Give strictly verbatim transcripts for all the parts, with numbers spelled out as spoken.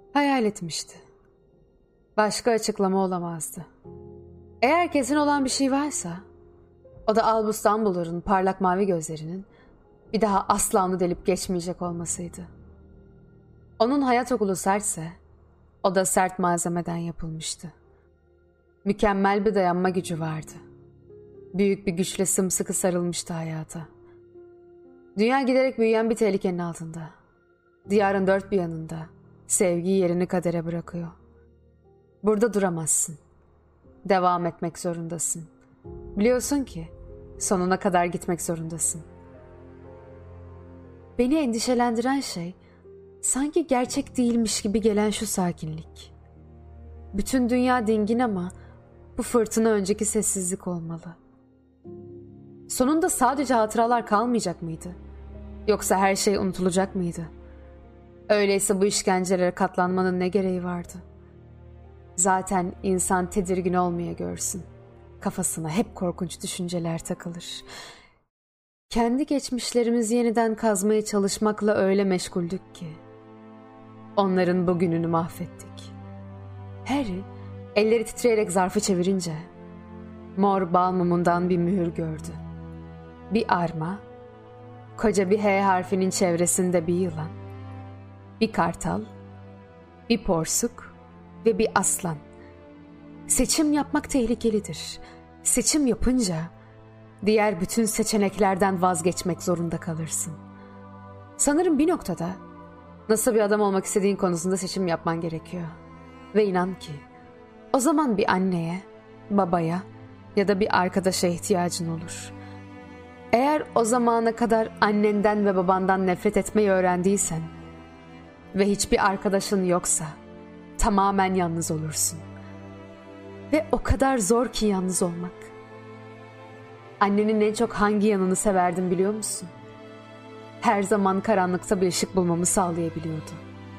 Hayal etmişti. Başka açıklama olamazdı. Eğer kesin olan bir şey varsa, o da Albus Dumbledore'un parlak mavi gözlerinin bir daha asla onu delip geçmeyecek olmasıydı. Onun hayat okulu sertse, o da sert malzemeden yapılmıştı. Mükemmel bir dayanma gücü vardı. Büyük bir güçle sımsıkı sarılmıştı hayata. Dünya giderek büyüyen bir tehlikenin altında. Diyarın dört bir yanında sevgi yerini kadere bırakıyor. Burada duramazsın. Devam etmek zorundasın. Biliyorsun ki sonuna kadar gitmek zorundasın. Beni endişelendiren şey sanki gerçek değilmiş gibi gelen şu sakinlik. Bütün dünya dingin ama bu fırtına önceki sessizlik olmalı. Sonunda sadece hatıralar kalmayacak mıydı? Yoksa her şey unutulacak mıydı? Öyleyse bu işkencelere katlanmanın ne gereği vardı? Zaten insan tedirgin olmaya görsün. Kafasına hep korkunç düşünceler takılır. Kendi geçmişlerimizi yeniden kazmaya çalışmakla öyle meşguldük ki onların bugününü mahvettik. Harry elleri titreyerek zarfı çevirince mor bal mumundan bir mühür gördü. Bir arma, koca bir H harfinin çevresinde bir yılan, bir kartal, bir porsuk ve bir aslan. Seçim yapmak tehlikelidir. Seçim yapınca diğer bütün seçeneklerden vazgeçmek zorunda kalırsın. Sanırım bir noktada nasıl bir adam olmak istediğin konusunda seçim yapman gerekiyor. Ve inan ki o zaman bir anneye, babaya ya da bir arkadaşa ihtiyacın olur. Eğer o zamana kadar annenden ve babandan nefret etmeyi öğrendiysen ve hiçbir arkadaşın yoksa tamamen yalnız olursun. Ve o kadar zor ki yalnız olmak. Annenin en çok hangi yanını severdim biliyor musun? Her zaman karanlıkta bir ışık bulmamı sağlayabiliyordu.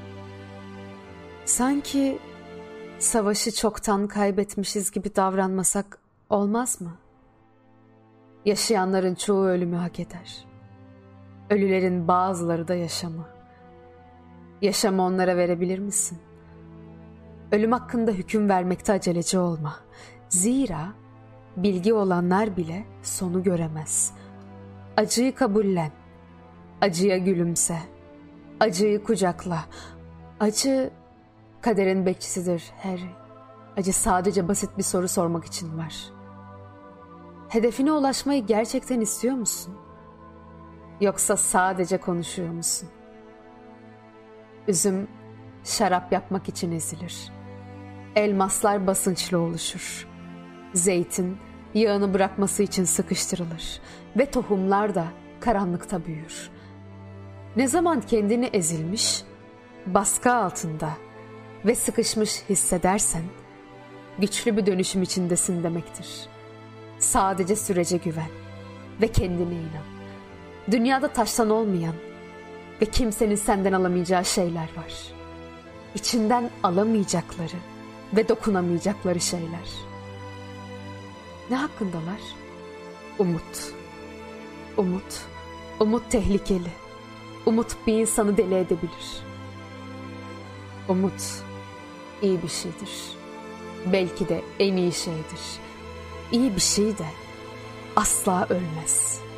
Sanki savaşı çoktan kaybetmişiz gibi davranmasak olmaz mı? Yaşayanların çoğu ölümü hak eder. Ölülerin bazıları da yaşamı. Yaşamı onlara verebilir misin? Ölüm hakkında hüküm vermekte aceleci olma. Zira bilgi olanlar bile sonu göremez. Acıyı kabullen. Acıya gülümse. Acıyı kucakla. Acı kaderin bekçisidir Harry. Acı sadece basit bir soru sormak için var. Hedefine ulaşmayı gerçekten istiyor musun? Yoksa sadece konuşuyor musun? Üzüm şarap yapmak için ezilir. Elmaslar basınçlı oluşur. Zeytin yağını bırakması için sıkıştırılır. Ve tohumlar da karanlıkta büyür. Ne zaman kendini ezilmiş, baskı altında ve sıkışmış hissedersen, güçlü bir dönüşüm içindesin demektir. Sadece sürece güven ve kendine inan. Dünyada taştan olmayan ve kimsenin senden alamayacağı şeyler var. İçinden alamayacakları ve dokunamayacakları şeyler. Ne hakkındalar? Umut. Umut. Umut tehlikeli. Umut bir insanı deli edebilir. Umut iyi bir şeydir. Belki de en iyi şeydir. İyi bir şey de asla ölmez.